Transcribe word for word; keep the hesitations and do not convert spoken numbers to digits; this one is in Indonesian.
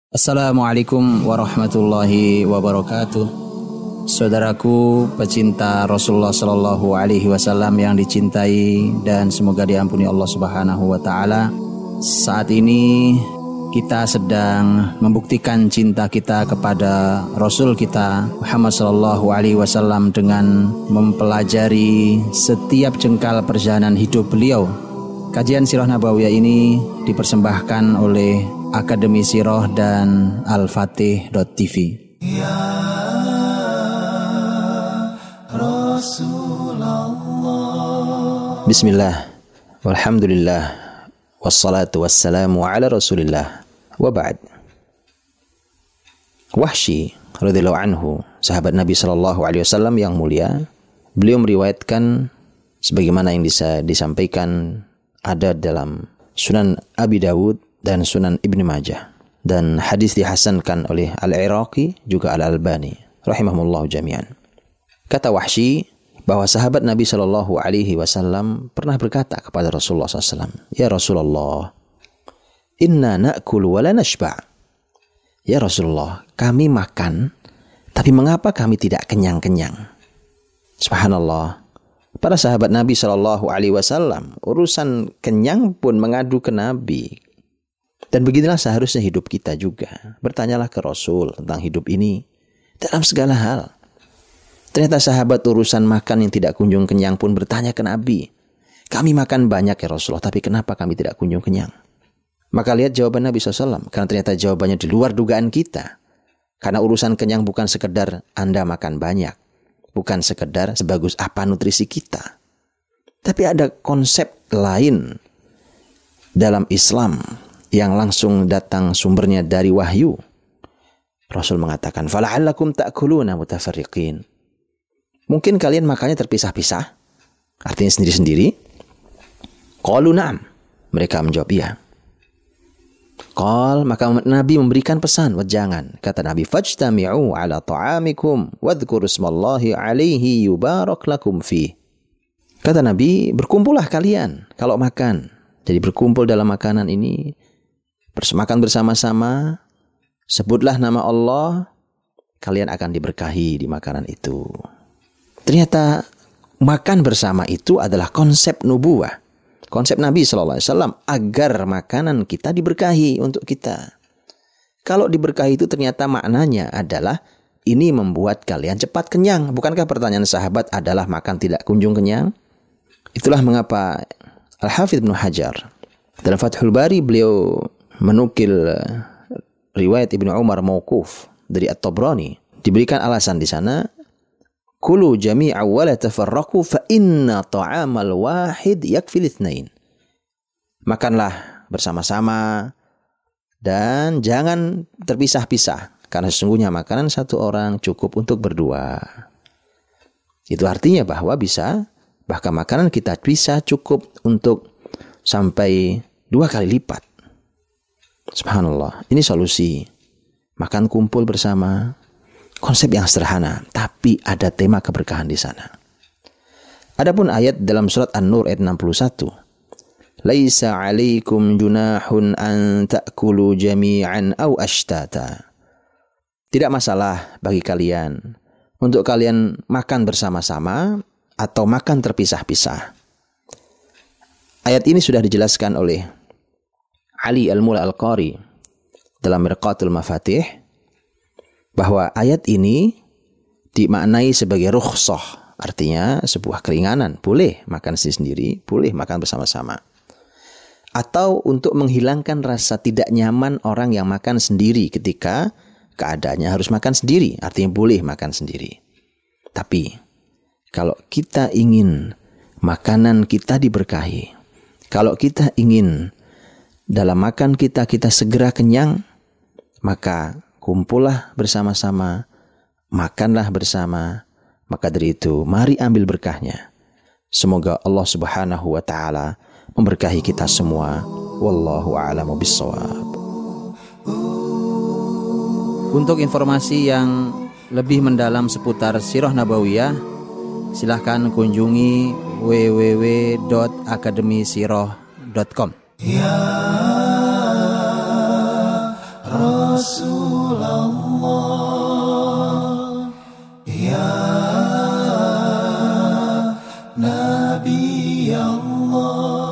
Assalamualaikum warahmatullahi wabarakatuh. Saudaraku pecinta Rasulullah sallallahu alaihi wasallam yang dicintai dan semoga diampuni Allah Subhanahu wa taala. Saat ini kita sedang membuktikan cinta kita kepada Rasul kita Muhammad sallallahu alaihi wasallam dengan mempelajari setiap jengkal perjalanan hidup beliau. Kajian Sirah Nabawiyah ini dipersembahkan oleh Akademi Sirah dan Al-Fatih dot T V. Ya Rasulullah. Bismillah, walhamdulillah, wassalatu wassalamu ala rasulillah, wa ba'd. Wahsy radhiyallahu anhu, sahabat Nabi sallallahu alaihi wasallam yang mulia, beliau meriwayatkan sebagaimana yang bisa disampaikan ada dalam Sunan Abi Dawud dan Sunan Ibnu Majah, dan hadis dihasankan oleh Al-Iraqi juga Al-Albani rahimahumullah jami'an. Kata Wahsy bahwa sahabat Nabi sallallahu alaihi wasallam pernah berkata kepada Rasulullah sallallahu alaihi wasallam, "Ya Rasulullah, inna na'kulu wa la nashba'." Ya Rasulullah, kami makan tapi mengapa kami tidak kenyang-kenyang? Subhanallah. Para sahabat Nabi sallallahu alaihi wasallam urusan kenyang pun mengadu ke Nabi. Dan beginilah seharusnya hidup kita juga. Bertanyalah ke Rasul tentang hidup ini dalam segala hal. Ternyata sahabat urusan makan yang tidak kunjung kenyang pun bertanya ke Nabi. Kami makan banyak ya Rasulullah, tapi kenapa kami tidak kunjung kenyang? Maka lihat jawaban Nabi shallallahu alaihi wasallam. Karena ternyata jawabannya di luar dugaan kita. Karena urusan kenyang bukan sekedar Anda makan banyak. Bukan sekedar sebagus apa nutrisi kita. Tapi ada konsep lain dalam Islam yang langsung datang sumbernya dari wahyu. Rasul mengatakan, "Fala'allakum ta'kuluna mutafarriqin." Mungkin kalian makannya terpisah-pisah, artinya sendiri-sendiri. Qalu na'am. Mereka menjawab iya. Qal, maka Nabi memberikan pesan, jangan. Kata Nabi, "Fajtami'u ala ta'amikum wadhkuru ismallahi alaihi yubarak lakum fi." Kata Nabi, berkumpullah kalian kalau makan. Jadi berkumpul dalam makanan ini, makan bersama-sama, sebutlah nama Allah, kalian akan diberkahi di makanan itu. Ternyata makan bersama itu adalah konsep nubuwah, konsep Nabi sallallahu alaihi wasallam agar makanan kita diberkahi untuk kita. Kalau diberkahi itu ternyata maknanya adalah ini membuat kalian cepat kenyang. Bukankah pertanyaan sahabat adalah makan tidak kunjung kenyang? Itulah mengapa Al-Hafidz Ibnu Hajar dalam Fathul Bari beliau menukil riwayat Ibnu Umar mauquf dari At-Tabrani, diberikan alasan di sana, "Kulu jami'a wa la tafarraqu fa inna ta'amal wahid yakfil itsnain." Makanlah bersama-sama dan jangan terpisah-pisah karena sesungguhnya makanan satu orang cukup untuk berdua. Itu artinya bahwa bisa, bahkan makanan kita bisa cukup untuk sampai dua kali lipat. Subhanallah, ini solusi. Makan kumpul bersama. Konsep yang sederhana, tapi ada tema keberkahan di sana. Adapun ayat dalam surat An-Nur ayat enam puluh satu. Laisa 'alaikum junahun an ta'kulu jami'an aw ashtata. Tidak masalah bagi kalian untuk kalian makan bersama-sama atau makan terpisah-pisah. Ayat ini sudah dijelaskan oleh Ali Al-Mula Al-Qari dalam Mirqatul Mafatih bahwa ayat ini dimaknai sebagai rukhsah, artinya sebuah keringanan, boleh makan sendiri, boleh makan bersama-sama. Atau untuk menghilangkan rasa tidak nyaman orang yang makan sendiri ketika keadaannya harus makan sendiri, artinya boleh makan sendiri. Tapi kalau kita ingin makanan kita diberkahi, kalau kita ingin dalam makan kita, kita segera kenyang, maka kumpullah bersama-sama, makanlah bersama. Maka dari itu, mari ambil berkahnya. Semoga Allah Subhanahu wa ta'ala memberkahi kita semua. Wallahu a'lamu bissawab. Untuk informasi yang lebih mendalam seputar Sirah Nabawiyah, silahkan kunjungi w w w dot akademi sirah dot com. Ya Rasul Rasulullah, Ya Nabi Allah.